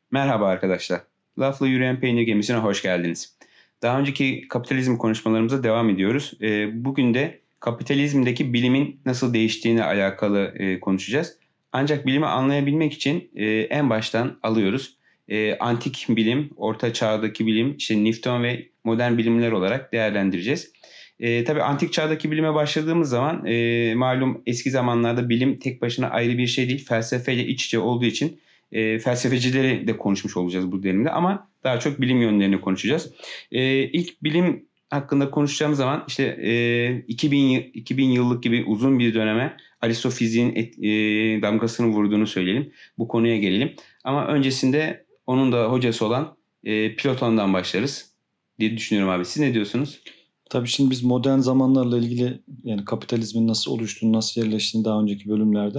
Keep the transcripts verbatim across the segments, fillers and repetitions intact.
Merhaba arkadaşlar. Lafla Yürüyen Peynir Gemisi'ne hoş geldiniz. Daha önceki kapitalizm konuşmalarımıza devam ediyoruz. Ee, bugün de kapitalizmdeki bilimin nasıl değiştiğine alakalı e, konuşacağız. Ancak bilimi anlayabilmek için e, en baştan alıyoruz. E, antik bilim, orta çağdaki bilim, işte Newton ve modern bilimler olarak değerlendireceğiz. E, tabii antik çağdaki bilime başladığımız zaman e, malum eski zamanlarda bilim tek başına ayrı bir şey değil, felsefeyle iç içe olduğu için e, felsefecileri de konuşmuş olacağız bu dönemde ama daha çok bilim yönlerini konuşacağız. E, ilk bilim hakkında konuşacağımız zaman işte e, iki bin, iki bin yıllık gibi uzun bir döneme Aristofiziğin et, e, damgasını vurduğunu söyleyelim. Bu konuya gelelim. Ama öncesinde onun da hocası olan e, Platon'dan başlarız diye düşünüyorum abi. Siz ne diyorsunuz? Tabii şimdi biz modern zamanlarla ilgili yani kapitalizmin nasıl oluştuğunu, nasıl yerleştiğini daha önceki bölümlerde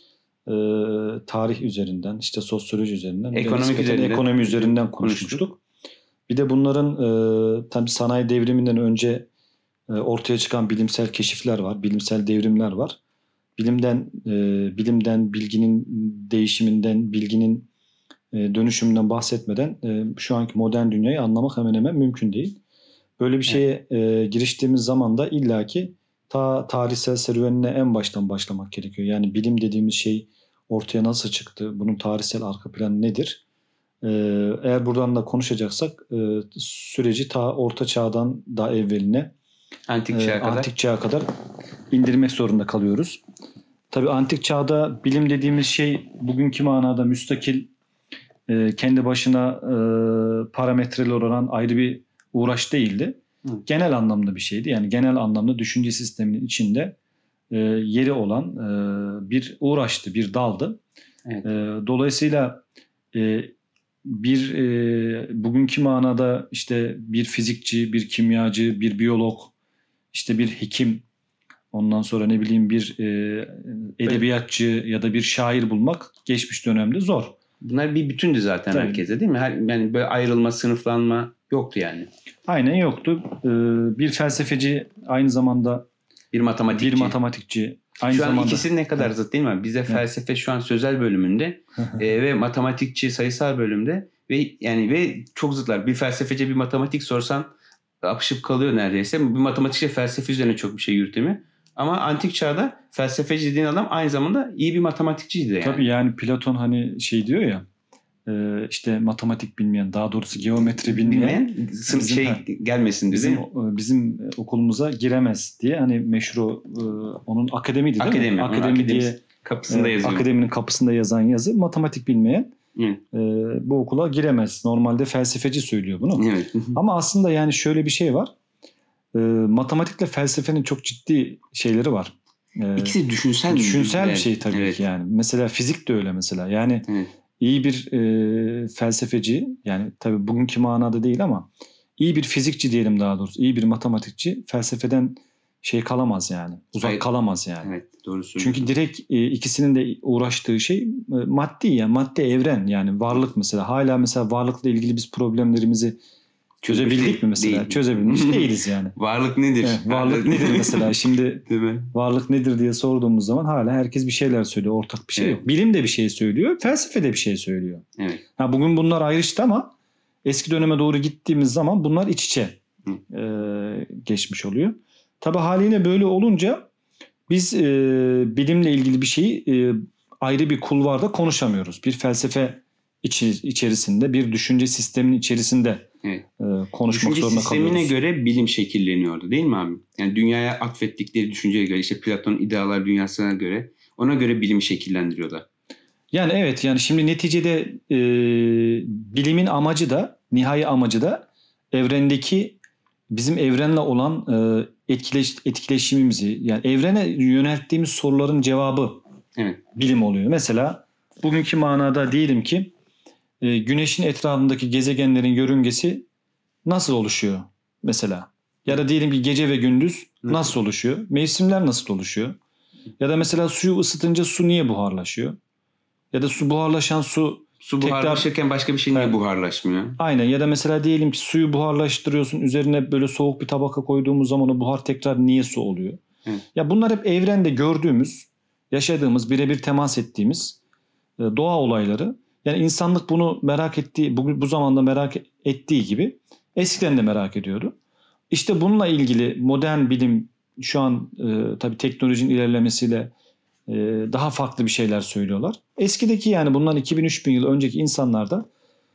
e, tarih üzerinden, işte sosyoloji üzerinden, ekonomi üzerinden, ekonomi üzerinden konuşmuştuk. Bir de bunların e, tabii sanayi devriminden önce e, ortaya çıkan bilimsel keşifler var, bilimsel devrimler var. Bilimden, e, bilimden, bilginin değişiminden, bilginin e, dönüşümünden bahsetmeden e, şu anki modern dünyayı anlamak hemen hemen mümkün değil. Böyle bir şeye e, giriştiğimiz zaman da illaki ta tarihsel serüvenine en baştan başlamak gerekiyor. Yani bilim dediğimiz şey ortaya nasıl çıktı? Bunun tarihsel arka planı nedir? E, eğer buradan da konuşacaksak e, süreci ta Orta Çağ'dan daha evveline Antik çağa e, kadar. Antik Çağ'a kadar indirmek zorunda kalıyoruz. Tabii Antik Çağ'da bilim dediğimiz şey bugünkü manada müstakil, e, kendi başına e, parametreler olan ayrı bir uğraş değildi. Hı. Genel anlamda bir şeydi. Yani genel anlamda düşünce sisteminin içinde e, yeri olan e, bir uğraştı, bir daldı. Evet. E, dolayısıyla e, bir e, bugünkü manada işte bir fizikçi, bir kimyacı, bir biyolog, işte bir hekim, ondan sonra ne bileyim bir e, edebiyatçı ya da bir şair bulmak geçmiş dönemde zor. Bunlar bir bütündü zaten evet. Herkese değil mi? Her, yani böyle ayrılma, sınıflanma yoktu yani. Aynen yoktu. Ee, bir felsefeci aynı zamanda bir matematikçi. Bir matematikçi. Aynı şu an zamanda... ikisi ne kadar zıt değil mi? Bizde felsefe şu an sözel bölümünde e, ve matematikçi sayısal bölümde ve yani ve çok zıtlar. Bir felsefeci bir matematik sorsan apışıp kalıyor neredeyse. Bir matematikçi felsefe üzerine çok bir şey yürütemiyor. Ama antik çağda felsefeci dediğin adam aynı zamanda iyi bir matematikçiydi yani. Tabii yani Platon hani şey diyor ya işte matematik bilmeyen, daha doğrusu geometri bilmeyen, bilmeyen bizim, şey ha, gelmesin bizim, bizim okulumuza giremez diye hani meşru onun akademiydi değil akademi, mi? Akademi diye kapısında yazıyor. Akademinin kapısında yazan yazı matematik bilmeyen e, bu okula giremez. Normalde felsefeci söylüyor bunu. Evet. Ama aslında yani şöyle bir şey var. E, matematikle felsefenin çok ciddi şeyleri var. E, İkisi düşünsel düşünsel bir, bir şey tabii evet. ki yani. Mesela fizik de öyle mesela. Yani evet. iyi bir e, felsefeci, yani tabii bugünkü manada değil ama iyi bir fizikçi diyelim daha doğrusu. İyi bir matematikçi felsefeden şey kalamaz yani. Uzak Hayır. kalamaz yani. Evet, doğru söylüyorsun. Çünkü direkt e, ikisinin de uğraştığı şey e, maddi yani madde evren yani varlık mesela. Hala mesela varlıkla ilgili biz problemlerimizi çözebildik değil, mi mesela? Değil. Çözebilmiş değiliz yani. Varlık nedir? Evet, varlık nedir mesela? Şimdi varlık nedir diye sorduğumuz zaman hala herkes bir şeyler söylüyor. Ortak bir şey evet. yok. Bilim de bir şey söylüyor. Felsefe de bir şey söylüyor. Evet. Ha, bugün bunlar ayrıştı ama eski döneme doğru gittiğimiz zaman bunlar iç içe e, geçmiş oluyor. Tabii haliyle böyle olunca biz e, bilimle ilgili bir şeyi e, ayrı bir kulvarda konuşamıyoruz. Bir felsefe içi, içerisinde, bir düşünce sistemin içerisinde evet. e, konuşmak düşünce zorunda kalıyoruz. Düşünce sistemine göre bilim şekilleniyordu değil mi abi? Yani dünyaya atfettikleri düşünceye göre, işte Platon'un idealar dünyasına göre, ona göre bilimi şekillendiriyorlar. Yani evet, yani şimdi neticede e, bilimin amacı da, nihai amacı da evrendeki bizim evrenle olan e, etkileş, etkileşimimizi, yani evrene yönelttiğimiz soruların cevabı evet. bilim oluyor. Mesela bugünkü manada diyelim ki e, Güneş'in etrafındaki gezegenlerin yörüngesi nasıl oluşuyor mesela? Ya da diyelim ki gece ve gündüz nasıl oluşuyor? Mevsimler nasıl oluşuyor? Ya da mesela suyu ısıtınca su niye buharlaşıyor? Ya da su buharlaşan su Su buharlaşırken tekrar, başka bir şey niye evet. buharlaşmıyor? Aynen. Ya da mesela diyelim ki suyu buharlaştırıyorsun. Üzerine böyle soğuk bir tabaka koyduğumuz zaman o buhar tekrar niye su oluyor? Evet. Ya bunlar hep evrende gördüğümüz, yaşadığımız, birebir temas ettiğimiz doğa olayları. Yani insanlık bunu merak ettiği, bu, bu zamanda merak ettiği gibi eskiden de merak ediyordu. İşte bununla ilgili modern bilim şu an e, tabii teknolojinin ilerlemesiyle e, daha farklı bir şeyler söylüyorlar. Eskideki yani bundan iki bin üç bin yıl önceki insanlar da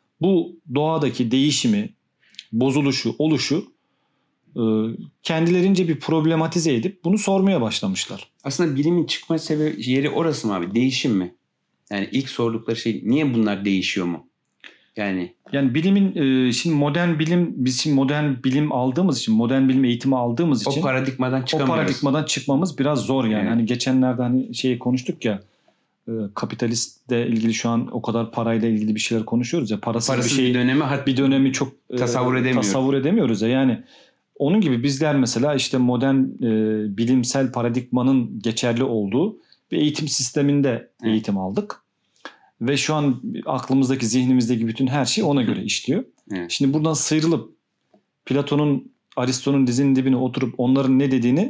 bu doğadaki değişimi, bozuluşu, oluşu e, kendilerince bir problematize edip bunu sormaya başlamışlar. Aslında bilimin çıkma sebebi yeri orası mı abi? Değişim mi? Yani ilk sordukları şey niye bunlar değişiyor mu? Yani Yani bilimin e, şimdi modern bilim biz şimdi modern bilim aldığımız için, modern bilim eğitimi aldığımız o için paradigmadan o çıkamıyoruz. paradigmadan çıkmamız biraz zor yani. Evet. Hani geçenlerde hani şeyi konuştuk ya, e, kapitalistle ilgili şu an o kadar parayla ilgili bir şeyler konuşuyoruz ya, parasız, Parasız bir şey bir dönemi hat- bir dönemi çok e, tasavvur edemiyoruz. tasavvur edemiyoruz ya. Yani onun gibi bizler mesela işte modern e, bilimsel paradigmanın geçerli olduğu bir eğitim sisteminde Evet. eğitim aldık. Ve şu an aklımızdaki, zihnimizdeki bütün her şey ona göre işliyor. Evet. Şimdi buradan sıyrılıp Platon'un, Aristo'nun dizinin dibine oturup onların ne dediğini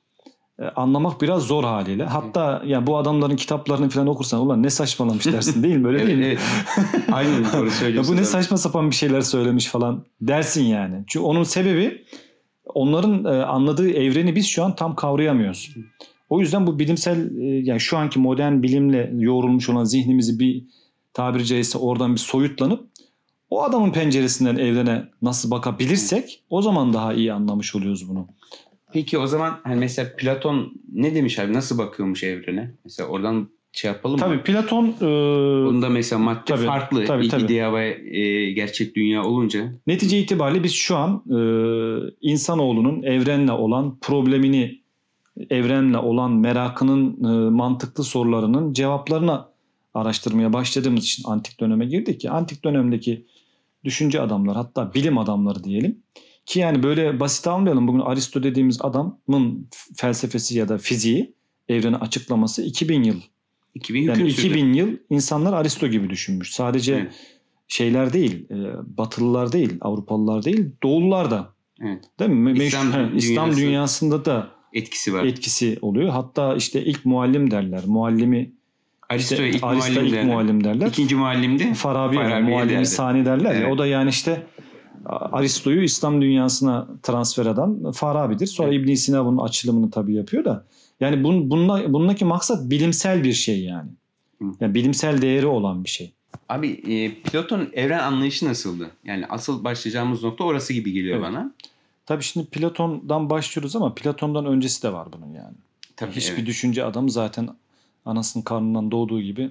e, anlamak biraz zor haliyle. Hatta evet. ya bu adamların kitaplarını falan okursan ulan ne saçmalamış dersin değil mi? Öyle evet, değil mi? Evet. Aynen doğru söylüyorsun. Ya bu ne saçma sapan bir şeyler söylemiş falan dersin yani. Çünkü onun sebebi onların e, anladığı evreni biz şu an tam kavrayamıyoruz. O yüzden bu bilimsel e, yani şu anki modern bilimle yoğrulmuş olan zihnimizi bir tabiri caizse oradan bir soyutlanıp o adamın penceresinden evrene nasıl bakabilirsek o zaman daha iyi anlamış oluyoruz bunu. Peki o zaman hani mesela Platon ne demiş abi? Nasıl bakıyormuş evrene? Mesela oradan şey yapalım tabii, mı? Tabii Platon... E, Bunda mesela madde tabii, farklı. Tabii, tabii. İdeal ve e, gerçek dünya olunca. Netice itibariyle biz şu an e, insanoğlunun evrenle olan problemini, evrenle olan merakının e, mantıklı sorularının cevaplarını araştırmaya başladığımız için antik döneme girdik ki antik dönemdeki düşünce adamları, hatta bilim adamları diyelim ki yani böyle basit almayalım, bugün Aristo dediğimiz adamın felsefesi ya da fiziği, evreni açıklaması iki bin yıl. iki bin yani iki bin yıl insanlar Aristo gibi düşünmüş. Sadece evet. şeyler değil, Batılılar değil, Avrupalılar değil, Doğulular da. Evet. Değil mi? İslam, Meşhur, dünyası, İslam dünyasında da etkisi var. Etkisi oluyor. Hatta işte ilk muallim derler. Muallimi Aristo'ya işte, ilk, Aristo muallim, ilk derler. muallim derler. İkinci muallimde Farabi, Farabi muallimi derler. Sani derler. Evet. Ya. O da yani işte Aristo'yu İslam dünyasına transfer eden Farabi'dir. Sonra evet. İbn Sina bunun açılımını tabii yapıyor da. Yani bun, bununla, bununla maksat bilimsel bir şey yani. Hı. Yani bilimsel değeri olan bir şey. Abi e, Platon'un evren anlayışı nasıldı? Yani asıl başlayacağımız nokta orası gibi geliyor evet. bana. Tabii şimdi Platon'dan başlıyoruz ama Platon'dan öncesi de var bunun yani. Tabii, Hiçbir evet. düşünce adamı zaten anasının karnından doğduğu gibi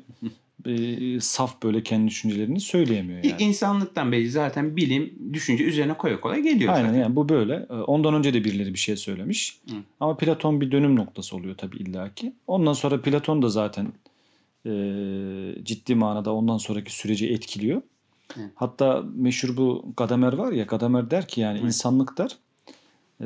e, saf böyle kendi düşüncelerini söyleyemiyor yani. İnsanlıktan beri zaten bilim, düşünce üzerine koya koya geliyor Aynen zaten. Yani bu böyle. Ondan önce de birileri bir şey söylemiş. Hı. Ama Platon bir dönüm noktası oluyor tabii illaki. Ondan sonra Platon da zaten e, ciddi manada ondan sonraki süreci etkiliyor. Hı. Hatta meşhur bu Gadamer var ya, Gadamer der ki yani Hı. insanlık der e,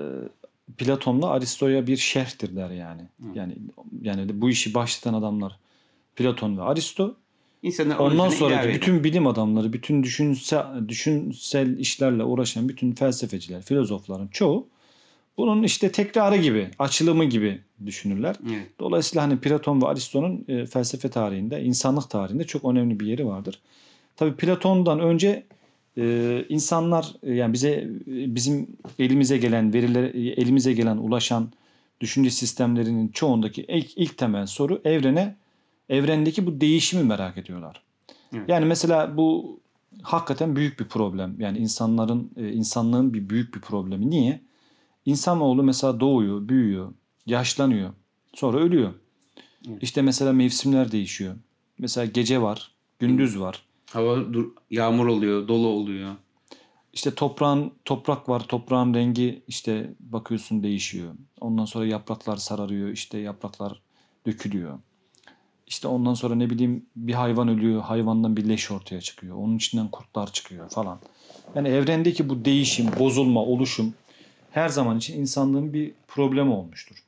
Platon'la Aristo'ya bir şerhtir der yani. Hı. Yani yani bu işi başlatan adamlar Platon ve Aristo. İnsanlar ondan sonraki bütün eder. bilim adamları, bütün düşünsel düşünsel işlerle uğraşan bütün felsefeciler, filozofların çoğu bunun işte tekrarı gibi, açılımı gibi düşünürler. Evet. Dolayısıyla hani Platon ve Aristo'nun e, felsefe tarihinde, insanlık tarihinde çok önemli bir yeri vardır. Tabii Platon'dan önce e, insanlar yani bize bizim elimize gelen veriler, elimize gelen ulaşan düşünce sistemlerinin çoğundaki ilk, ilk temel soru evrene, evrendeki bu değişimi merak ediyorlar. Evet. Yani mesela bu hakikaten büyük bir problem. Yani insanların, insanlığın bir büyük bir problemi. Niye? İnsanoğlu mesela doğuyor, büyüyor, yaşlanıyor, sonra ölüyor. Evet. İşte mesela mevsimler değişiyor. Mesela gece var, gündüz var. Hava dur, yağmur oluyor, dolu oluyor. İşte toprağın toprak var, toprağın rengi işte bakıyorsun değişiyor. Ondan sonra yapraklar sararıyor, işte yapraklar dökülüyor. İşte ondan sonra ne bileyim bir hayvan ölüyor, hayvandan bir leş ortaya çıkıyor. Onun içinden kurtlar çıkıyor falan. Yani evrendeki bu değişim, bozulma, oluşum her zaman için insanlığın bir problemi olmuştur.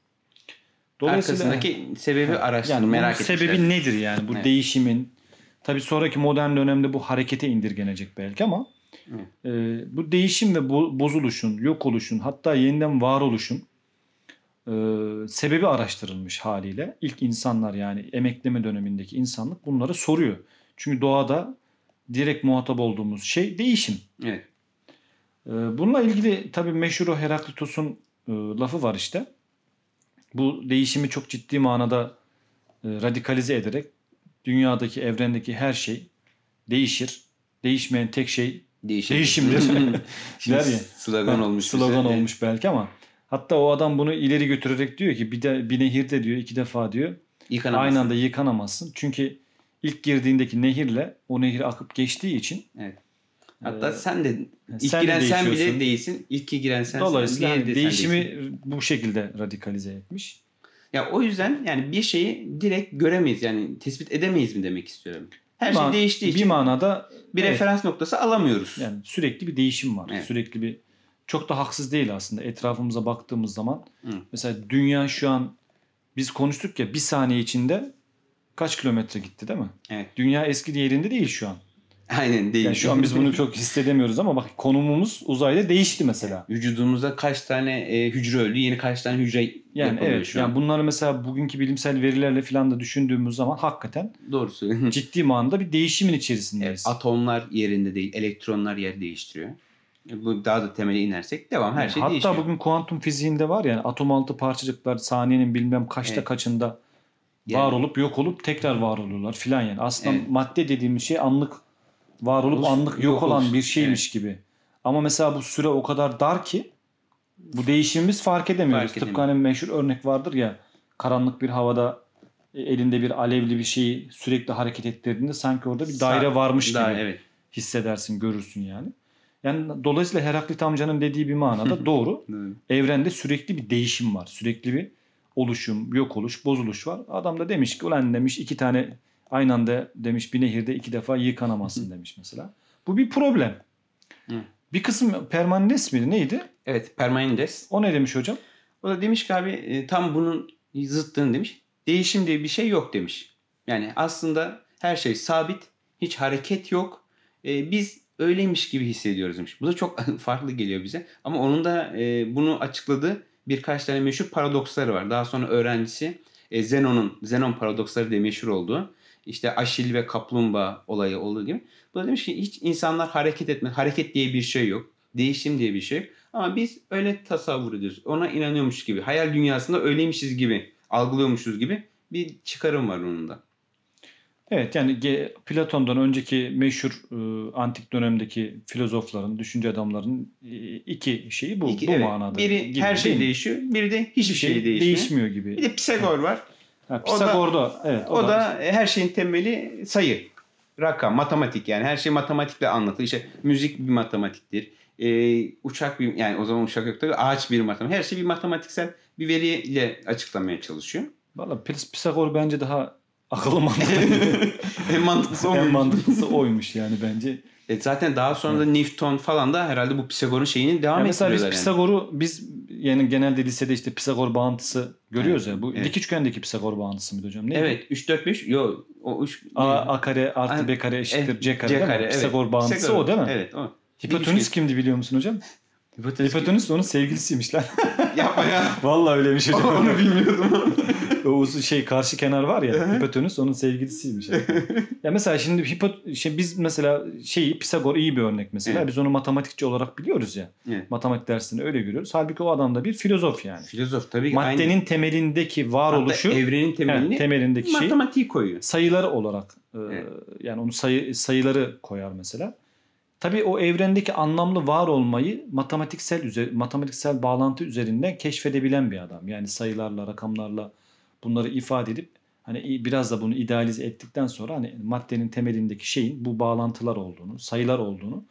Arkasındaki sebebi araştırın, yani merak etmişler. Sebebi nedir yani bu evet. değişimin? Tabii sonraki modern dönemde bu harekete indirgenecek belki ama e, bu değişim ve bo- bozuluşun, yok oluşun, hatta yeniden varoluşun e, sebebi araştırılmış haliyle. İlk insanlar yani emekleme dönemindeki insanlık bunları soruyor. Çünkü doğada direkt muhatap olduğumuz şey değişim. Evet. Ee, bununla ilgili tabii meşhur o Heraklitos'un e, lafı var işte. Bu değişimi çok ciddi manada e, radikalize ederek dünyadaki, evrendeki her şey değişir. Değişmeyen tek şey Değişim. değişimdir. Şimdi Der ya. slogan olmuş. Slogan bize. olmuş belki ama hatta o adam bunu ileri götürerek diyor ki bir de bir nehirde diyor iki defa diyor Yıkanamazsın. aynı anda yıkanamazsın. Çünkü ilk girdiğindeki nehirle o nehir akıp geçtiği için Evet. Hatta e, sen de ilk sen de giren sen bile değişiyorsun. değilsin. İlk ki giren sen. Dolayısıyla sen, hani de sen değişimi değilsin. bu şekilde radikalize etmiş. Ya o yüzden yani bir şeyi direkt göremeyiz. Yani tespit edemeyiz mi demek istiyorum. Her Bir şey man- değiştiği bir için manada bir evet, referans noktası alamıyoruz. yani sürekli bir değişim var. Evet. Sürekli bir çok da haksız değil aslında etrafımıza baktığımız zaman. Hı. Mesela dünya şu an biz konuştuk ya bir saniye içinde kaç kilometre gitti değil mi? Evet. Dünya eski yerinde değil şu an. Aynen değil. Yani şu an biz bunu çok hissedemiyoruz ama bak konumumuz uzayda değişti mesela. Vücudumuzda kaç tane e, hücre öldü, yeni kaç tane hücre Yani yapılıyor evet. şu Yani an. bunları mesela bugünkü bilimsel verilerle falan da düşündüğümüz zaman hakikaten Doğru söylüyorsun. ciddi manada bir değişimin Evet, içerisindeyiz. atomlar yerinde değil, elektronlar yer değiştiriyor. Bu daha da temele inersek devam her Yani şey hatta değişiyor. bugün kuantum fiziğinde var yani atom altı parçacıklar saniyenin bilmem kaçta Evet. kaçında var Yani- olup yok olup tekrar var oluyorlar filan yani. Aslında Evet. madde dediğimiz şey anlık var olup Oluş, anlık yok, yok olan oluş. bir şeymiş gibi. Ama mesela bu süre o kadar dar ki bu değişimimiz fark edemiyoruz. Fark Tıpkı edemiyoruz. hani meşhur örnek vardır ya karanlık bir havada e, elinde bir alevli bir şeyi sürekli hareket ettirdiğinde sanki orada bir daire Sa- varmış Daha, gibi evet. hissedersin, görürsün yani. Yani dolayısıyla Heraklit amcanın dediği bir manada doğru. Doğru. Evrende sürekli bir değişim var. Sürekli bir oluşum, yok oluş, bozuluş var. Adam da demiş ki ulan demiş iki tane aynı anda demiş bir nehirde iki defa yıkanamazsın demiş mesela. Bu bir problem. Hı. Bir kısım Parmenides miydi neydi? Evet, Parmenides. O ne demiş hocam? O da demiş ki abi e, tam bunun zıttını demiş. Değişim diye bir şey yok demiş. Yani aslında her şey sabit, hiç hareket yok. E, biz öyleymiş gibi hissediyoruz demiş. Bu da çok farklı geliyor bize. Ama onun da e, bunu açıkladığı birkaç tane meşhur paradoksları var. Daha sonra öğrencisi e, Zenon'un, Zenon paradoksları diye meşhur olduğu. İşte Aşil ve kaplumbağa olayı olduğu gibi. Bu da demiş ki hiç insanlar hareket etmez. Hareket diye bir şey yok. Değişim diye bir şey yok. Ama biz öyle tasavvur ediyoruz. Ona inanıyormuş gibi. Hayal dünyasında öyleymişiz gibi. Algılıyormuşuz gibi bir çıkarım var onun da. Evet yani Ge- Platon'dan önceki meşhur e, antik dönemdeki filozofların, düşünce adamlarının e, iki şeyi bu. İki, bu evet. manada. Biri gibi, her değil şey mi? değişiyor. Biri de hiçbir Hiçbir şey, şey değişmiyor. değişmiyor gibi. Bir de Pisagor var. Ha, O da- Pisagor'da evet. O, da her şeyin temeli sayı. Rakam, matematik yani. Her şey matematikle anlatılır. İşte müzik bir matematiktir. Ee, uçak bir yani o zaman uçak yok tabii. Ağaç bir matematik. Her şey bir matematiksel bir veriyle açıklamaya çalışıyor. Valla Pis- Pisagor bence daha akıllı mantıklı. en mantıklısı o en muymuş? mantıklısı oymuş yani bence. E zaten daha sonra da Newton falan da herhalde bu Pisagor'un şeyini devam Ya mesela biz ettiriyorlar yani. Pisagor'u biz yani genelde lisede işte Pisagor bağıntısı görüyoruz Evet, ya. Bu evet. dik üçgendeki Pisagor bağıntısı mıydı hocam? Neydi? Evet üç dört beş yok o üç A, A kare artı Aynen. B kare eşittir Evet, C kare C değil mi? kare, evet. Pisagor bağıntısı Pisagor, o değil mi? Evet o. Hipotenüs kimdi biliyor musun hocam? Hipotenüs. Hipotenüs de onun sevgilisiymiş lan. Yapma ya. Vallahi öyleymiş hocam. Onu bilmiyordum. O uzun şey karşı kenar var ya. Hipotenüs onun sevgilisiymiş. Ya mesela şimdi hipo, şey biz mesela şeyi Pisagor iyi bir örnek mesela. Evet. Biz onu matematikçi olarak biliyoruz ya. Evet. Matematik dersinde öyle görüyoruz. Halbuki o adam da bir filozof yani. Filozof tabii ki. Maddenin aynı. temelindeki varoluşu, Hatta evrenin temelini he, temelindeki şey matematiği koyuyor. sayılar olarak e, Evet. yani onu sayı sayıları koyar mesela. Tabii o evrendeki anlamlı var olmayı matematiksel üzer, matematiksel bağlantı üzerinden keşfedebilen bir adam. Yani sayılarla, rakamlarla bunları ifade edip hani biraz da bunu idealize ettikten sonra hani maddenin temelindeki şeyin bu bağlantılar olduğunu, sayılar olduğunu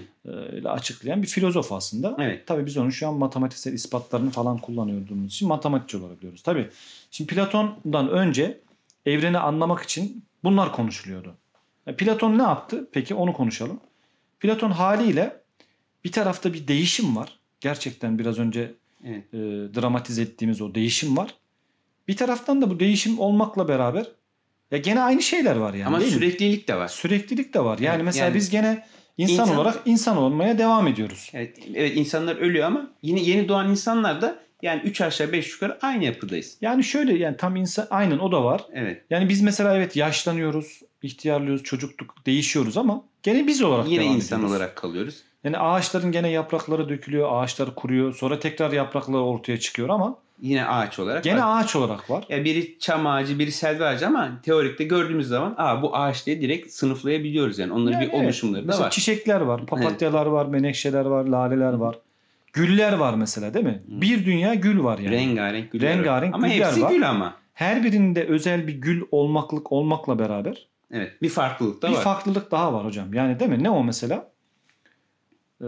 e, açıklayan bir filozof aslında. Evet. Tabii biz onu şu an matematiksel ispatlarını falan kullanıyorduğumuz için matematikçi olarak biliyoruz. Tabii şimdi Platon'dan önce evreni anlamak için bunlar konuşuluyordu. Yani Platon ne yaptı? Peki onu konuşalım. Platon haliyle bir tarafta bir değişim var. Gerçekten biraz önce Evet. e, dramatize ettiğimiz o değişim var. Bir taraftan da bu değişim olmakla beraber ya gene aynı şeyler var yani. Ama değil mi? süreklilik de var. Süreklilik de var. Yani Evet, mesela yani biz gene insan, insan- olarak insan olmaya devam ediyoruz. Evet, evet insanlar ölüyor ama yine yeni doğan insanlar da yani üç aşağı beş yukarı aynı yapıdayız. Yani şöyle yani tam insan aynen o da var. Evet. Yani biz mesela evet yaşlanıyoruz. ihtiyarlıyoruz, çocukluk değişiyoruz ama gene biz olarak Yine devam insan ediyoruz. olarak kalıyoruz. Yani ağaçların gene yaprakları dökülüyor, ağaçlar kuruyor, sonra tekrar yaprakları ortaya çıkıyor ama Yine ağaç olarak gene var. ağaç olarak var. Ya biri çam ağacı, biri selvi ağacı ama teorikte gördüğümüz zaman aa bu ağaç diye direkt sınıflayabiliyoruz yani. Onların Yani bir evet. oluşumları da Mesela var. çiçekler var, papatyalar var, menekşeler var, laleler var. Güller var mesela değil mi? Bir dünya gül var yani. Rengarenk güller Rengarenk var. Ama güller hepsi var. gül ama. Her birinde özel bir gül olmaklık olmakla beraber Evet, bir farklılık da bir var. farklılık daha var hocam. Yani değil mi? Ne o mesela? Ee,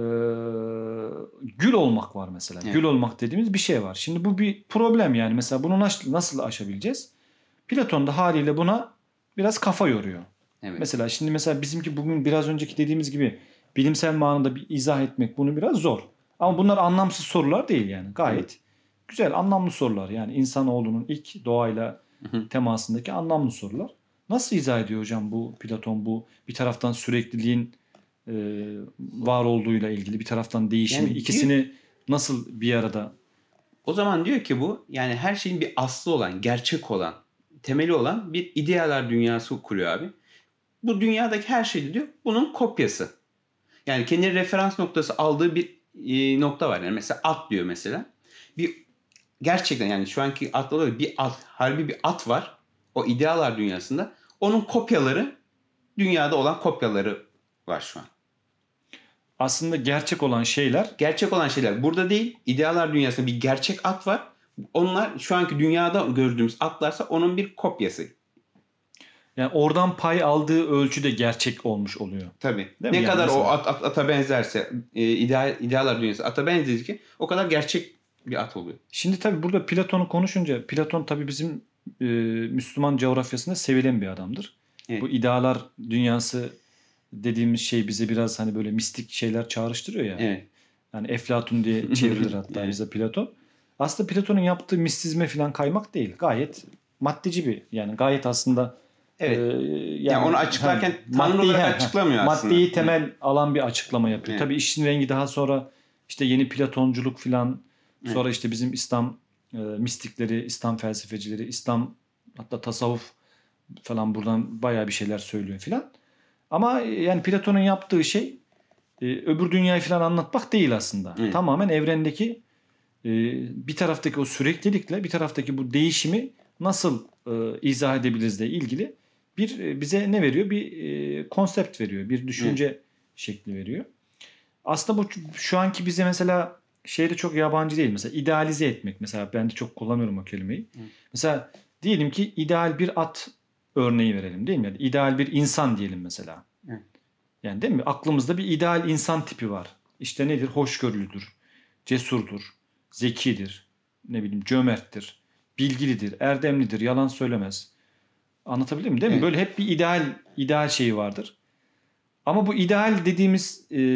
gül olmak var mesela. Evet. Gül olmak dediğimiz bir şey var. Şimdi bu bir problem yani. Mesela bunu nasıl, nasıl aşabileceğiz? Platon da haliyle buna biraz kafa yoruyor. Evet. Mesela şimdi mesela bizimki bugün biraz önceki dediğimiz gibi bilimsel manada bir izah etmek bunu biraz zor. Ama bunlar anlamsız sorular değil yani. Gayet Evet. güzel, anlamlı sorular. Yani insanoğlunun ilk doğayla Hı hı. temasındaki anlamlı sorular. Nasıl izah ediyor hocam bu Platon bu bir taraftan sürekliliğin e, var olduğuyla ilgili bir taraftan değişimi Yani ikisini nasıl bir arada? O zaman diyor ki bu yani her şeyin bir aslı olan, gerçek olan, temeli olan bir idealar dünyası kuruyor abi. Bu dünyadaki her şey diyor bunun kopyası. Yani kendi referans noktası aldığı bir e, nokta var. Yani mesela at diyor mesela. Bir gerçekten yani şu anki atlarda bir at, harbi bir at var. O idealar dünyasında. Onun kopyaları dünyada olan kopyaları var şu an. Aslında gerçek olan şeyler Gerçek olan şeyler burada değil. İdealar dünyasında bir gerçek at var. Onlar şu anki dünyada gördüğümüz atlarsa onun bir kopyası. yani oradan pay aldığı ölçüde gerçek olmuş oluyor. Tabii. Değil mi? Ne Yani kadar o mesela- at, at- ata benzerse, e, ideal, idealar dünyası ata benzedikçe o kadar gerçek bir at oluyor. Şimdi tabii burada Platon'u konuşunca Platon tabii bizim e, Müslüman coğrafyasında sevilen bir adamdır. Evet. Bu idealar dünyası dediğimiz şey bize biraz hani böyle mistik şeyler çağrıştırıyor ya. Evet. Yani Eflatun diye çevrilir hatta Evet. bize Platon. Aslında Platon'un yaptığı mistizme falan kaymak değil. Gayet maddeci bir yani gayet aslında Evet. e, yani, Yani onu açıklarken ha, tanrı maddeyi- olarak ha, ha, açıklamıyor aslında. maddeyi temel alan bir açıklama yapıyor. Evet. Tabii işin rengi daha sonra işte yeni Platonculuk falan Evet. sonra işte bizim İslam e, mistikleri, İslam felsefecileri, İslam hatta tasavvuf falan buradan bayağı bir şeyler söylüyor filan. Ama yani Platon'un yaptığı şey e, öbür dünyayı falan anlatmak değil aslında. Evet. Tamamen evrendeki e, bir taraftaki o süreklilikle bir taraftaki bu değişimi nasıl e, izah edebiliriz ile ilgili bir e, bize ne veriyor? Bir e, konsept veriyor. Bir düşünce şekli veriyor. Aslında bu şu anki bize mesela şeyde çok yabancı değil. Mesela idealize etmek. Mesela ben de çok kullanıyorum o kelimeyi. Hı. Mesela diyelim ki ideal bir at örneği verelim değil mi? Yani ideal bir insan diyelim mesela. Hı. Yani değil mi? Aklımızda bir ideal insan tipi var. İşte nedir? Hoşgörülüdür, cesurdur, zekidir, ne bileyim cömerttir, bilgilidir, erdemlidir, yalan söylemez. Anlatabildim mi? Değil mi? Evet. Böyle hep bir ideal ideal şeyi vardır. Ama bu ideal dediğimiz e,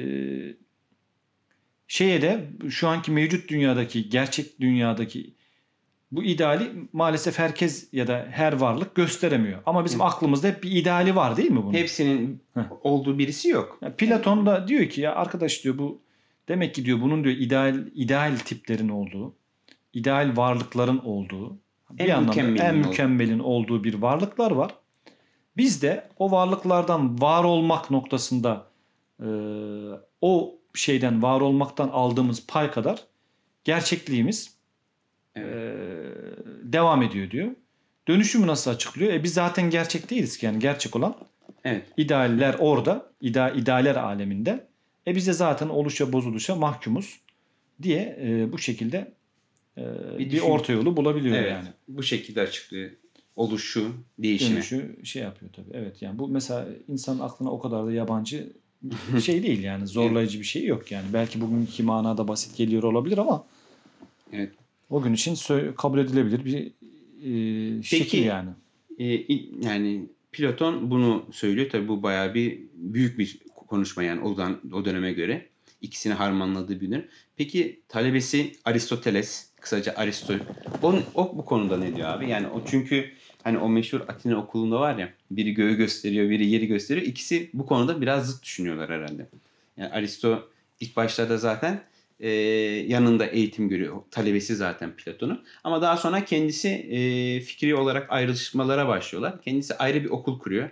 şeye de şu anki mevcut dünyadaki, gerçek dünyadaki bu ideali maalesef herkes ya da her varlık gösteremiyor. Ama bizim Hı. aklımızda hep bir ideali var değil mi bunun? Hepsinin Heh. olduğu birisi yok. Yani Platon da diyor ki ya arkadaş diyor bu demek ki diyor bunun diyor ideal ideal tiplerin olduğu, ideal varlıkların olduğu, En bir anlamda mükemmelin en olduğu. mükemmelin olduğu bir varlıklar var. Biz de o varlıklardan var olmak noktasında e, o şeyden var olmaktan aldığımız pay kadar gerçekliğimiz Evet. e, devam ediyor diyor. Dönüşümü nasıl açıklıyor? E biz zaten gerçek değiliz ki yani gerçek olan Evet. idealler orada, ida, idealler aleminde. E biz de zaten oluşa bozuluşa mahkumuz diye e, bu şekilde e, Bir bir, düşün- orta yolu bulabiliyor Evet. yani. Bu şekilde açıklıyor. Oluşu, değişimi. Dönüşü şey yapıyor tabii. Evet yani bu mesela insanın aklına o kadar da yabancı bir şey değil yani zorlayıcı bir şey yok yani. Belki bugünkü manada basit geliyor olabilir ama Evet. o gün için sö- kabul edilebilir bir e, şekil yani. E, i- yani Platon bunu söylüyor. Tabii bu bayağı bir büyük bir konuşma yani o, zaman, o döneme göre. İkisini harmanladığı bir dönem. Peki talebesi Aristoteles, kısaca Aristo. O, o bu konuda ne diyor abi? Yani o çünkü hani o meşhur Atina okulunda var ya biri göğü gösteriyor, biri yeri gösteriyor. İkisi bu konuda biraz zıt düşünüyorlar herhalde. Yani Aristo ilk başlarda zaten e, yanında eğitim görüyor. Talebesi zaten Platon'un. Ama daha sonra kendisi e, fikri olarak ayrışmalara başlıyorlar. Kendisi ayrı bir okul kuruyor.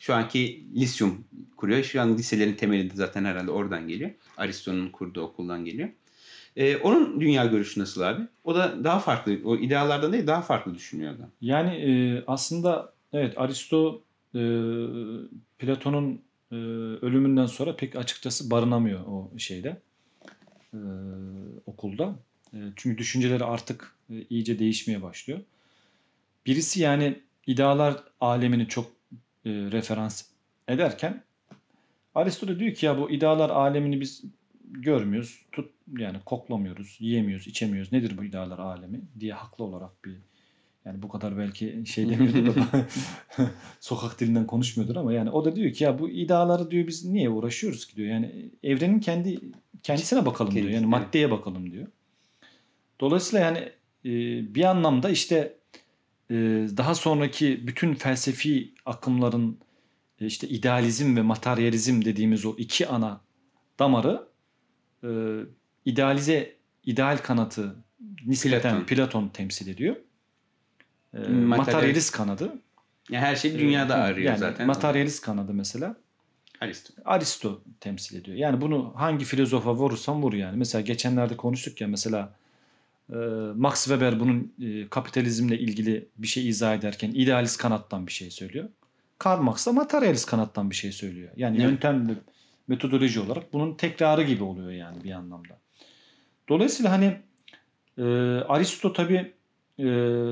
şu anki lisyum kuruyor. Şu an liselerin temeli de zaten herhalde oradan geliyor. Aristo'nun kurduğu okuldan geliyor. Ee, onun dünya görüşü nasıl abi? O da daha farklı. O ideallardan değil daha farklı düşünüyor adam. Yani e, aslında evet Aristo e, Platon'un e, ölümünden sonra pek açıkçası barınamıyor o şeyde e, okulda. E, çünkü düşünceleri artık e, iyice değişmeye başlıyor. Birisi yani idealar alemini çok e, referans ederken Aristo da diyor ki ya bu idealar alemini biz görmüyoruz, tut yani koklamıyoruz, yiyemiyoruz, içemiyoruz. Nedir bu idealar alemi diye haklı olarak bir yani bu kadar belki şey demiyordur da sokak dilinden konuşmuyordur ama yani o da diyor ki ya bu ideaları diyor biz niye uğraşıyoruz ki diyor. Yani evrenin kendi kendisine bakalım diyor. Yani maddeye bakalım diyor. Dolayısıyla yani e, bir anlamda işte e, daha sonraki bütün felsefi akımların e, işte idealizm ve materyalizm dediğimiz o iki ana damarı e, idealize ideal kanatı nispeten Platon, Platon temsil ediyor. E, materyalist kanadı. Yani her şey dünyada e, arıyor yani zaten. Materyalist kanadı mesela Aristo. Aristo temsil ediyor. Yani bunu hangi filozofa vurursan vur yani. Mesela geçenlerde konuştuk ya mesela e, Max Weber bunun e, kapitalizmle ilgili bir şey izah ederken idealist kanattan bir şey söylüyor. Karl Marx da materyalist kanattan bir şey söylüyor. Yani evet. Yöntem ve metodoloji olarak bunun tekrarı gibi oluyor yani bir anlamda. Dolayısıyla hani e, Aristo tabii e,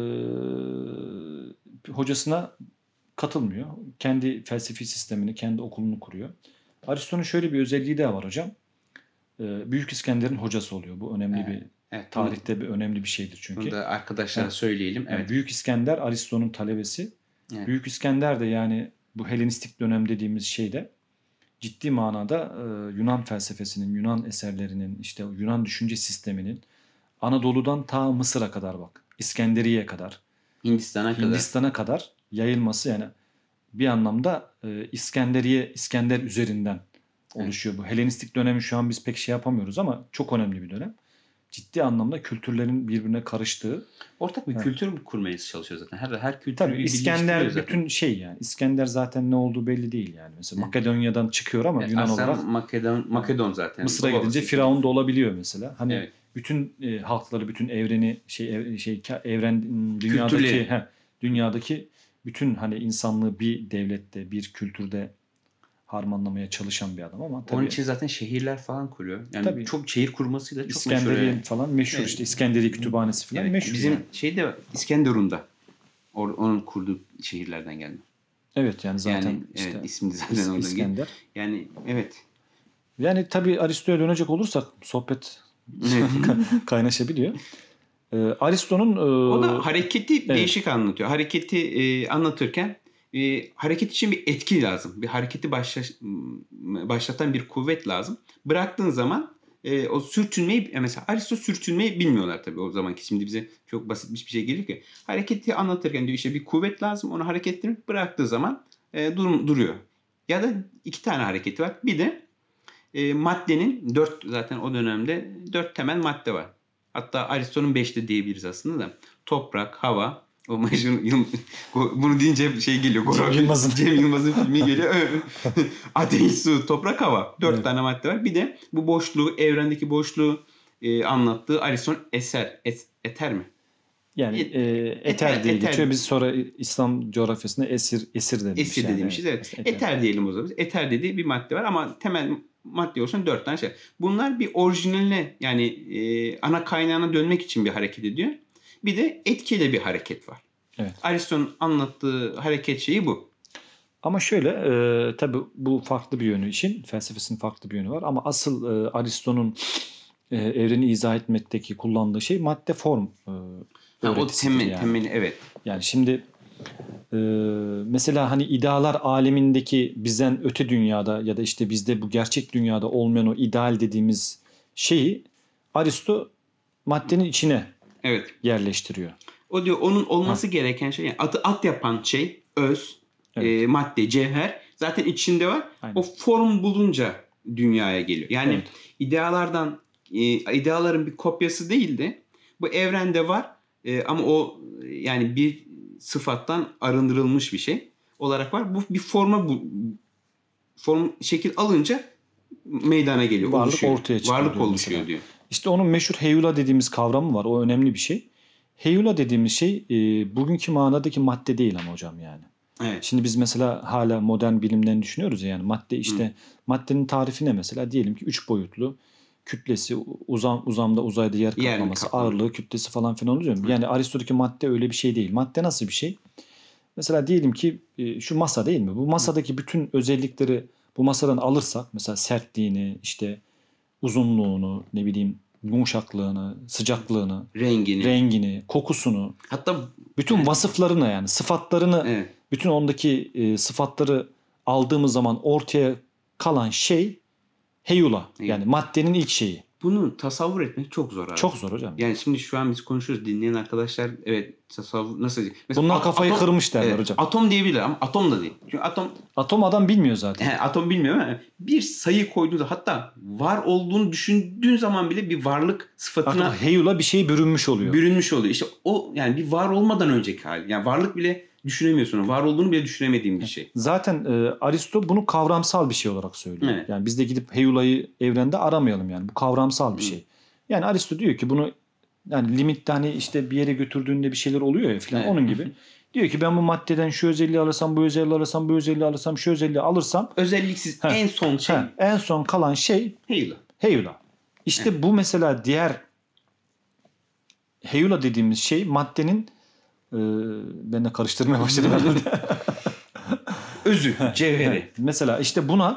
hocasına katılmıyor. Kendi felsefi sistemini, kendi okulunu kuruyor. Aristo'nun şöyle bir özelliği de var hocam. E, Büyük İskender'in hocası oluyor. Bu önemli evet. bir evet, tarihte bir önemli bir şeydir çünkü. Bunu da arkadaşlara evet. söyleyelim. Evet. Yani Büyük İskender Aristo'nun talebesi. Evet. Büyük İskender de yani bu Helenistik dönem dediğimiz şeyde ciddi manada e, Yunan felsefesinin, Yunan eserlerinin, işte Yunan düşünce sisteminin Anadolu'dan ta Mısır'a kadar bak, İskenderiye kadar, Hindistan'a kadar. Hindistan'a kadar yayılması yani bir anlamda e, İskenderiye, İskender üzerinden oluşuyor. Evet. Bu Helenistik dönemi şu an biz pek şey yapamıyoruz ama çok önemli bir dönem. Ciddi anlamda kültürlerin birbirine karıştığı. Ortak bir evet. kültür kurmaya çalışıyor zaten. Her her kültür Tabii İskender bütün şey yani. İskender zaten ne olduğu belli değil yani. Mesela evet. Makedonya'dan çıkıyor ama evet, Yunan olarak. Makedon Makedon zaten. Mısır'a gidince Firavun da olabiliyor mesela. Hani evet. bütün e, halkları, bütün evreni şey ev, şey evren dünyadaki he, dünyadaki bütün hani insanlığı bir devlette, bir kültürde harmanlamaya çalışan bir adam ama tabii. Onun için zaten şehirler falan kuruyor. Yani tabii, çok şehir kurmasıyla çok meşhur. İskenderiye falan meşhur evet. işte İskenderiye Kütüphanesi falan evet. meşhur. Bizim yani. şeyde İskenderun'da onun kurduğu şehirlerden geldi. Evet yani zaten yani, işte evet, ismi zaten oradan İskender. Yani evet. Yani tabii Aristo'ya dönecek olursak sohbet kaynaşabiliyor. Ee, Aristo'nun e, o da hareketi evet. değişik anlatıyor. Hareketi e, anlatırken E, hareket için bir etki lazım. Bir hareketi başla, başlatan bir kuvvet lazım. Bıraktığın zaman e, o sürtünmeyi mesela Aristo sürtünmeyi bilmiyorlar tabii o zamanki. Şimdi bize çok basitmiş bir şey geliyor ki. Hareketi anlatırken diyor işte bir kuvvet lazım. Onu hareket ettirip bıraktığı zaman e, dur, duruyor. Ya da iki tane hareketi var. Bir de e, maddenin dört zaten o dönemde dört temel madde var. Hatta Aristo'nun beşte diyebiliriz aslında da. Toprak, hava, o meşhur bunu deyince şey geliyor. Cem Yılmaz'ın. Cem Yılmaz'ın filmi geliyor. Ateş, su, toprak, hava. Dört evet. tane madde var. Bir de bu boşluğu, evrendeki boşluğu e, anlattığı Aristo'nun eser. Et, eter mi? Yani e, eter, eter diye eter. geçiyor. Biz sonra İslam coğrafyasında esir esir demişiz. Esir yani. dediğimiz evet. Eter. eter diyelim o zaman. Eter dediği bir madde var ama temel madde olsun dört tane şey. Bunlar bir orijinaline yani e, ana kaynağına dönmek için bir hareket ediyor. Bir de etkili bir hareket var. Evet. Aristo'nun anlattığı hareket şeyi bu. Ama şöyle e, tabii bu farklı bir yönü için felsefesinin farklı bir yönü var ama asıl e, Aristo'nun e, evreni izah etmekteki kullandığı şey madde form e, ha, o temel, yani. temel evet. Yani şimdi e, mesela hani idealar alemindeki bizden öte dünyada ya da işte bizde bu gerçek dünyada olmayan o ideal dediğimiz şeyi Aristo maddenin içine evet. yerleştiriyor. O diyor onun olması ha. gereken şey yani atı at yapan şey öz, evet. e, madde, cevher zaten içinde var. Aynen. O form bulunca dünyaya geliyor. Yani evet. idealardan e, ideaların bir kopyası değildi. Bu evrende var e, ama o yani bir sıfattan arındırılmış bir şey. olarak var. Bu bir forma bu form şekil alınca meydana geliyor. Varlık oluşuyor. ortaya çıkıyor. Varlık diyor oluşuyor mesela. diyor. İşte onun meşhur heyula dediğimiz kavramı var. O önemli bir şey. Heyula dediğimiz şey e, bugünkü manadaki madde değil ama hocam yani. Evet. Şimdi biz mesela hala modern bilimden düşünüyoruz ya yani madde işte Hı. maddenin tarifi ne mesela? Diyelim ki üç boyutlu kütlesi, uzam, uzamda uzayda yer kaplaması, ağırlığı, kütlesi falan filan oluyor mu? Yani Aristo'daki madde öyle bir şey değil. Madde nasıl bir şey? Mesela diyelim ki e, şu masa değil mi? Bu masadaki bütün özellikleri bu masadan alırsak mesela sertliğini, işte uzunluğunu, ne bileyim yumuşaklığını, sıcaklığını, rengini, rengini, kokusunu, hatta bütün evet. vasıflarını yani sıfatlarını, evet. bütün ondaki e, sıfatları aldığımız zaman ortaya kalan şey heyula. Evet. Yani maddenin ilk şeyi. Bunu tasavvur etmek çok zor abi. Çok zor hocam. Yani şimdi şu an biz konuşuyoruz. Dinleyen arkadaşlar evet tasavvur nasıl diyeyim? Mesela bunlar at, kafayı atom, kırmış derler evet, hocam. Atom diyebilir ama atom da değil. Çünkü atom atom adam bilmiyor zaten. He, atom bilmiyor ama bir sayı koyduğunda hatta var olduğunu düşündüğün zaman bile bir varlık sıfatına Artık heyula bir şey bürünmüş oluyor. Bürünmüş oluyor. İşte o yani bir var olmadan önceki hali. Yani varlık bile düşünemiyorsun. Var olduğunu bile düşünemediğim bir şey. Zaten e, Aristo bunu kavramsal bir şey olarak söylüyor. Evet. Yani biz de gidip heyulayı evrende aramayalım yani. Bu kavramsal bir Hı. şey. Yani Aristo diyor ki bunu yani limitte hani işte bir yere götürdüğünde bir şeyler oluyor ya filan evet. onun gibi. Diyor ki ben bu maddeden şu özelliği alırsam, bu özelliği alırsam, bu özelliği alırsam, şu özelliği alırsam. Özelliksiz heh, en son şey. Heh, en son kalan şey heyula. Heyula. İşte evet. bu mesela diğer heyula dediğimiz şey maddenin e, ben de karıştırmaya başladım herhalde. Özü, cevheri. Evet. Mesela işte buna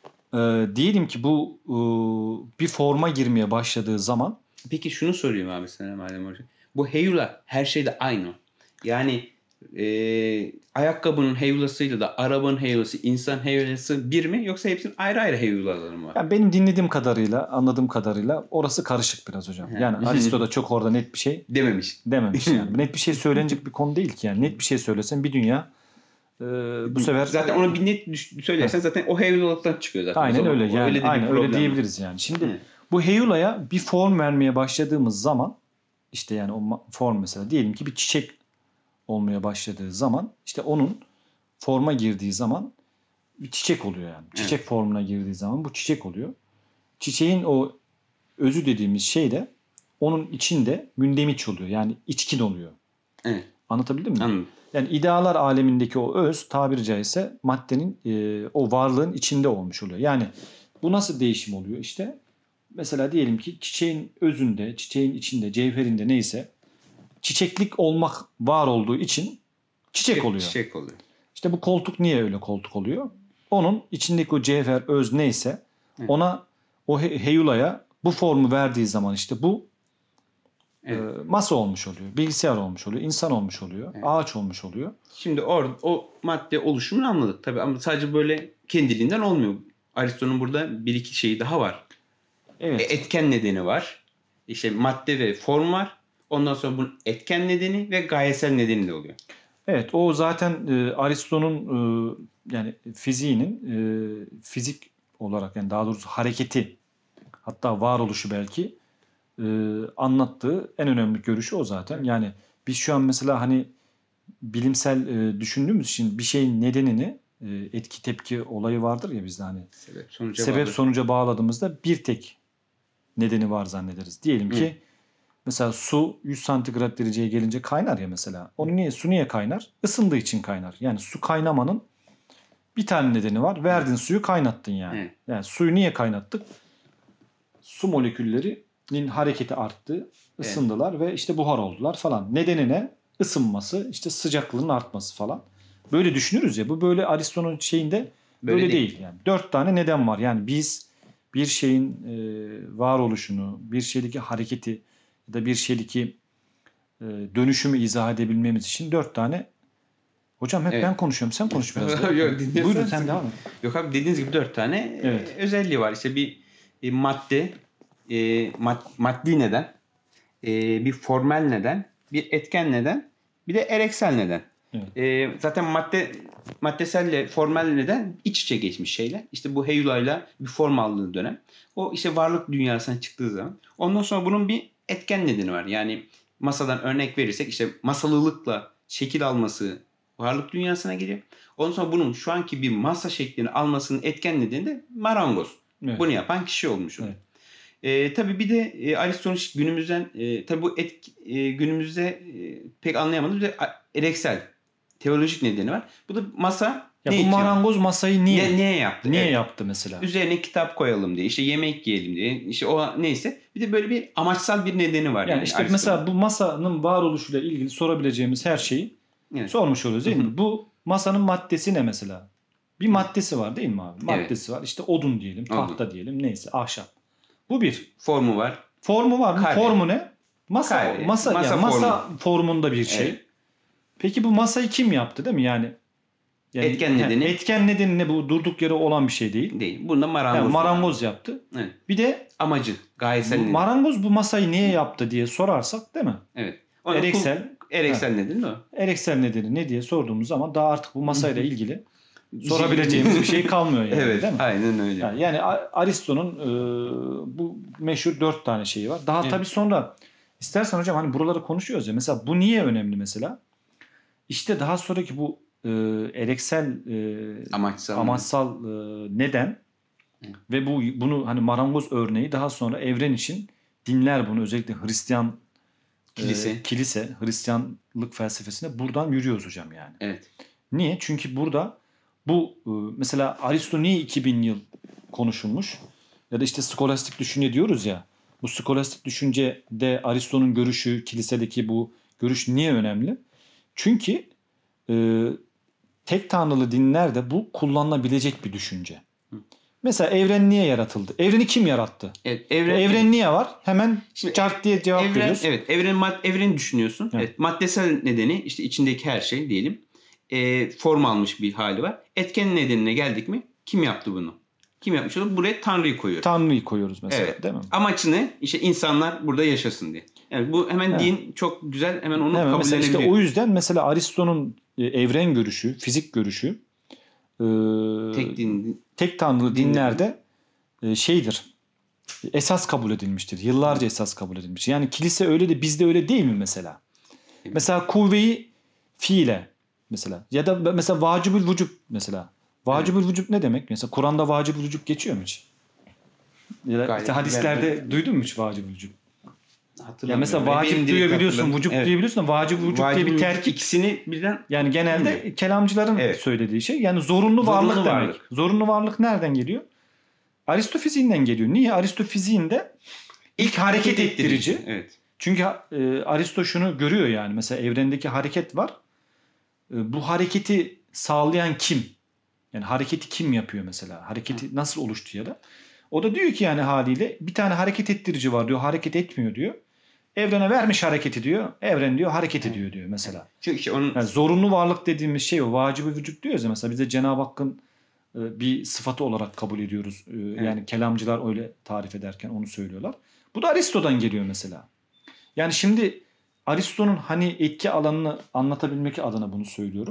e, diyelim ki bu e, bir forma girmeye başladığı zaman. Peki şunu sorayım abi sana madem hocam. Bu heyula her şeyde aynı. Yani e, ayakkabının heyulasıyla da arabanın heyulası, insan heyulası bir mi? Yoksa hepsinin ayrı ayrı heyulaları mı var? Yani benim dinlediğim kadarıyla, anladığım kadarıyla orası karışık biraz hocam. He. Yani Aristo da çok orada net bir şey dememiş. Dememiş yani. Net bir şey söylenecek bir konu değil ki yani. Net bir şey söylesen bir dünya e, bu sefer... Zaten onu bir net söylersen zaten o heyulalıktan çıkıyor zaten. Aynen öyle yani. Öyle, aynen, öyle diyebiliriz yani. Şimdi Hı. bu heyulaya bir form vermeye başladığımız zaman işte yani o form mesela diyelim ki bir çiçek olmaya başladığı zaman işte onun forma girdiği zaman bir çiçek oluyor yani. Çiçek evet. formuna girdiği zaman bu çiçek oluyor. Çiçeğin o özü dediğimiz şey de onun içinde mündemiş oluyor. Yani içkin oluyor. Evet. Anlatabildim mi? Anladım. Yani idealar alemindeki o öz tabiri caizse maddenin e, o varlığın içinde olmuş oluyor. Yani bu nasıl değişim oluyor? İşte mesela diyelim ki çiçeğin özünde, çiçeğin içinde, cevherinde neyse çiçeklik olmak var olduğu için çiçek oluyor. Çiçek oluyor. İşte bu koltuk niye öyle koltuk oluyor? Onun içindeki o cevher öz neyse evet. ona o he- heyulaya bu formu verdiği zaman işte bu evet. e, masa olmuş oluyor. Bilgisayar olmuş oluyor. İnsan olmuş oluyor. Evet. Ağaç olmuş oluyor. Şimdi orada o madde oluşumunu anladık tabii ama sadece böyle kendiliğinden olmuyor. Aristo'nun burada bir iki şeyi daha var. Evet. Etken nedeni var. İşte madde ve form var. Ondan sonra bunun etken nedeni ve gayesel nedeni de oluyor. Evet, o zaten e, Aristo'nun e, yani fiziğinin e, fizik olarak yani daha doğrusu hareketi hatta varoluşu belki e, anlattığı en önemli görüşü o zaten. Yani biz şu an mesela hani bilimsel e, düşündüğümüz için bir şeyin nedenini e, etki tepki olayı vardır ya bizde hani sebep sonuca, sebep sonuca bağladığımızda bir tek nedeni var zannederiz. Diyelim ki Hı. mesela su yüz santigrat dereceye gelince kaynar ya mesela. Onu niye, su niye kaynar? Isındığı için kaynar. Yani su kaynamanın bir tane nedeni var. Verdin suyu kaynattın yani. Evet. Yani suyu niye kaynattık? Su moleküllerinin hareketi arttı. Isındılar evet. ve işte buhar oldular falan. Nedeni ne? Isınması, işte sıcaklığın artması falan. Böyle düşünürüz ya. Bu böyle Aristo'nun şeyinde böyle, böyle değil. değil. Yani dört tane neden var. Yani biz bir şeyin e, varoluşunu, bir şeydeki hareketi ya da bir şeydeki e, dönüşümü izah edebilmemiz için dört tane. Hocam hep evet. ben konuşuyorum. Sen konuş biraz. Yok, buyurun sen devam et. Yok abi dediğiniz gibi dört tane evet. e, özelliği var. İşte bir e, madde, e, mad, maddi neden, e, bir formel neden, bir etken neden, bir de ereksel neden. Evet. E, zaten madde maddeselle formel neden iç içe geçmiş şeyler. İşte bu heyulayla bir form aldığı dönem. O işte varlık dünyasına çıktığı zaman. Ondan sonra bunun bir etken nedeni var. Yani masadan örnek verirsek işte masalılıkla şekil alması varlık dünyasına geliyor. Ondan sonra bunun şu anki bir masa şeklini almasının etken nedeni de marangoz. Evet. Bunu yapan kişi olmuş oluyor. Evet. E, tabii bir de e, Aristo'nun günümüzden e, tabii bu et, e, günümüzde e, pek anlayamadığımız bir ereksel teolojik nedeni var. Bu da masa ya ne bu marangoz itiyor? Masayı niye ne, niye yaptı? Niye evet. yaptı mesela? Üzerine kitap koyalım diye, işte yemek yiyelim diye, işte o neyse. Bir de böyle bir amaçsal bir nedeni var. Yani, yani işte mesela bu masanın varoluşuyla ilgili sorabileceğimiz her şeyi evet. sormuş oluyoruz değil mi? Bu masanın maddesi ne mesela? Bir maddesi var değil mi abi? Maddesi evet. var. İşte odun diyelim, tahta odun. diyelim, neyse ahşap. Bu bir. Formu var. Formu var mı? Kare. Formu ne? Masa Kare. masa masa, yani masa formu. formunda bir şey. Evet. Peki bu masayı kim yaptı değil mi? Yani, yani etken nedeni. Etken nedeni ne? Bu durduk yere olan bir şey değil. Değil. Bunda marangoz. Yani marangoz yaptı. Evet. Bir de amacı, gayesel nedeni. Marangoz bu masayı niye yaptı diye sorarsak değil mi? Evet. Ona ereksel. Ereksel nedeni o. Ereksel nedeni ne diye sorduğumuz zaman daha artık bu masayla ilgili sorabileceğimiz bir şey kalmıyor yani. Evet, değil mi? Aynen öyle. Yani, yani Aristo'nun e, bu meşhur dört tane şeyi var. Daha evet. tabii sonra istersen hocam hani buraları konuşuyoruz ya. Mesela bu niye önemli mesela? İşte daha sonraki bu e, ereksel e, amaçsal, amaçsal e, neden evet. ve bu bunu hani marangoz örneği daha sonra evren için dinler bunu, özellikle Hristiyan kilise, e, kilise Hristiyanlık felsefesine buradan yürüyoruz hocam yani. Evet. Niye? Çünkü burada bu mesela Aristo niye iki bin yıl konuşulmuş? Ya da işte skolastik düşünce diyoruz ya. Bu skolastik düşüncede Aristo'nun görüşü, kilisedeki bu görüş niye önemli? Çünkü e, tek tanrılı dinlerde bu kullanılabilecek bir düşünce. Hı. Mesela evren niye yaratıldı? Evreni kim yarattı? Evet, evren, evren niye var? Hemen çarp diye cevap evren, veriyoruz. Evet, evren mad, evreni düşünüyorsun. Evet. Evet, maddesel nedeni işte içindeki her şey diyelim. E, form almış bir hali var. Etken nedenine geldik mi? Kim yaptı bunu? Kim yapmış olur? Buraya Tanrı'yı koyuyoruz. Tanrı'yı koyuyoruz mesela evet. değil mi? Amacı ne? İşte insanlar burada yaşasın diye. Yani bu hemen evet. din çok güzel, hemen onu evet, kabullenebiliyor. İşte o yüzden mesela Aristo'nun e, evren görüşü, fizik görüşü e, tek din, tek tanrılı din dinlerde e, şeydir. Esas kabul edilmiştir. Yıllarca evet. esas kabul edilmiştir. Yani kilise öyle de bizde öyle değil mi mesela? Evet. Mesela kuvve-i fiile mesela ya da mesela vacibül vücub mesela. Vacibül evet. vücub ne demek? Mesela Kur'an'da vacibül vücub geçiyor mu hiç? Ya da işte hadislerde ben... duydun mu hiç vacibül vücub? Ya mesela vacip duyabiliyorsun, vücub evet. duyabiliyorsun da vacip vücub diye bir terkip. İkisini birden yani genelde bilmiyorum. Kelamcıların evet. söylediği şey. Yani zorunlu, zorunlu varlık, varlık demek. Zorunlu varlık nereden geliyor? Aristo fiziğinden geliyor. Niye? Aristo fiziğinde ilk, ilk hareket, hareket ettirici. ettirici. Evet. Çünkü e, Aristo şunu görüyor yani. Mesela evrendeki hareket var. E, bu hareketi sağlayan kim? Yani hareketi kim yapıyor mesela? Hareketi nasıl oluştu ya da? O da diyor ki yani haliyle bir tane hareket ettirici var diyor. Hareket etmiyor diyor. Evrene vermiş hareketi diyor. Evren diyor hareket ediyor diyor mesela. Çünkü işte onun... yani zorunlu varlık dediğimiz şey o. Vacibi vücut diyoruz ya mesela. Biz de Cenab-ı Hakk'ın e, bir sıfatı olarak kabul ediyoruz. E, evet. Yani kelamcılar öyle tarif ederken onu söylüyorlar. Bu da Aristo'dan geliyor mesela. Yani şimdi Aristo'nun hani etki alanını anlatabilmek adına bunu söylüyorum.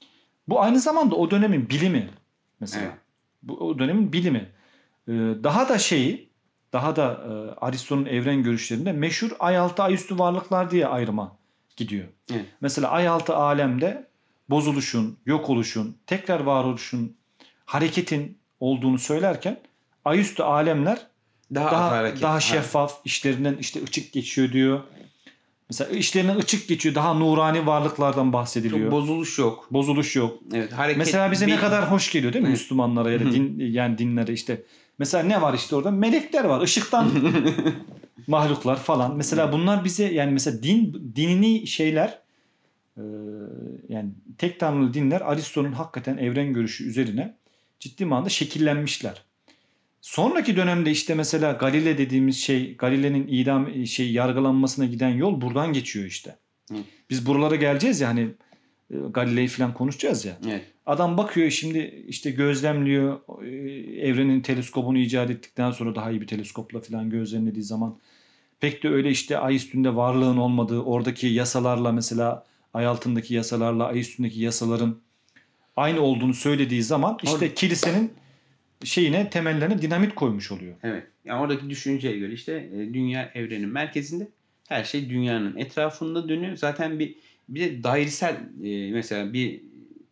Bu aynı zamanda o dönemin bilimi mesela. Evet. Bu o dönemin bilimi. Ee, daha da şeyi, daha da e, Aristo'nun evren görüşlerinde meşhur ay altı ay üstü varlıklar diye ayrıma gidiyor. Evet. Mesela ay altı alemde bozuluşun, yok oluşun, tekrar varoluşun, hareketin olduğunu söylerken ay üstü alemler daha daha, hareket, daha şeffaf, hareket. işlerinden işte ışık geçiyor diyor. Mesela işlerinden ışık geçiyor. Daha nurani varlıklardan bahsediliyor. Çok bozuluş yok. Bozuluş yok. Evet, hareket mesela bize bir... ne kadar hoş geliyor değil mi evet. Müslümanlara ya da din yani dinlere işte. Mesela ne var işte orada? Melekler var. Işıktan mahluklar falan. Mesela bunlar bize yani mesela din dinini şeyler e, yani tek tanrılı dinler Aristo'nun hakikaten evren görüşü üzerine ciddi manada şekillenmişler. Sonraki dönemde işte mesela Galile dediğimiz şey, Galile'nin idam şey yargılanmasına giden yol buradan geçiyor işte. Hı. Biz buralara geleceğiz ya hani Galile'yi falan konuşacağız ya. Evet. Adam bakıyor şimdi işte gözlemliyor, evrenin teleskobunu icat ettikten sonra daha iyi bir teleskopla falan gözlemlediği zaman pek de öyle işte ay üstünde varlığın olmadığı, oradaki yasalarla mesela ay altındaki yasalarla ay üstündeki yasaların aynı olduğunu söylediği zaman işte Orada... kilisenin şeyine temellerine dinamit koymuş oluyor. Evet. Yani oradaki düşünceye göre işte dünya evrenin merkezinde, her şey dünyanın etrafında dönüyor. Zaten bir bir de dairesel mesela bir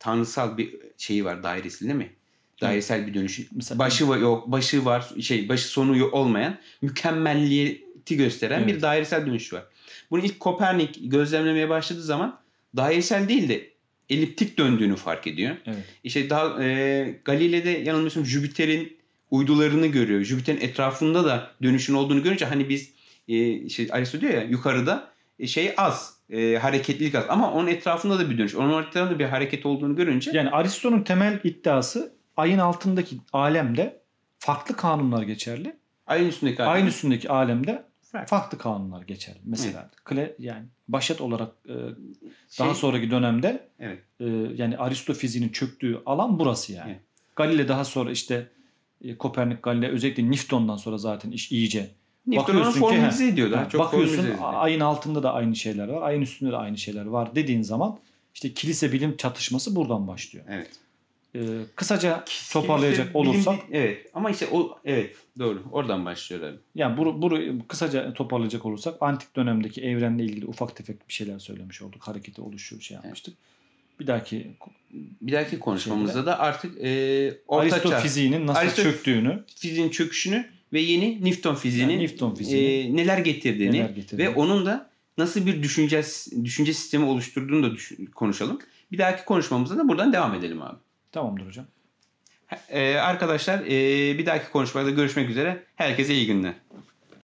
tanrısal bir şeyi var, dairesi değil mi? Dairesel bir dönüşü. Mesela başı var, yok, başı var, şey, başı sonu yok olmayan, mükemmelliyeti gösteren Evet. bir dairesel dönüşü var. Bunu ilk Kopernik gözlemlemeye başladığı zaman dairesel değil de eliptik döndüğünü fark ediyor. Evet. İşte daha e, Galile'de yanılmıyorsam Jüpiter'in uydularını görüyor. Jüpiter'in etrafında da dönüşün olduğunu görünce hani biz e, işte Aristo diyor ya, yukarıda e, şey az, e, hareketlilik az ama onun etrafında da bir dönüş, onun etrafında bir hareket olduğunu görünce Yani Aristo'nun temel iddiası ayın altındaki alemde farklı kanunlar geçerli. ayın üstündeki Ayın üstündeki alemde farklı. farklı kanunlar geçerli. Mesela kle, yani başat olarak e, Şey- daha sonraki dönemde Evet. e, yani Aristo fiziğinin çöktüğü alan burası yani. Evet. Galile daha sonra işte e, Kopernik, Galile, özellikle Newton'dan sonra zaten iş iyice Newton onu bakıyorsun ki, formalize he, ediyor. Daha he, çok bakıyorsun formalize ediyor. ayın altında da aynı şeyler var, ayın üstünde de aynı şeyler var dediğin zaman işte kilise bilim çatışması buradan başlıyor. Evet. Ee, kısaca toparlayacak Kilise, bilim olursak, bir- evet ama işte o, evet doğru, oradan başlıyorlar. yani bunu, bunu kısaca toparlayacak olursak antik dönemdeki evrenle ilgili ufak tefek bir şeyler söylemiş olduk. Hareketi oluşuyor, şey yapmıştık. Bir dahaki Bir dahaki konuşmamızda da artık e, Orta Aristo Çağ fiziğinin nasıl Aristo çöktüğünü, fiziğin çöküşünü ve yeni Newton fiziğinin yani Newton fiziğini, e, neler getirdiğini neler getirdiğini. ve onun da nasıl bir düşünce düşünce sistemi oluşturduğunu da düşün- konuşalım. Bir dahaki konuşmamızda da buradan devam edelim abi. Tamamdır hocam. Ee, arkadaşlar e, bir dahaki konuşmada görüşmek üzere. Herkese iyi günler.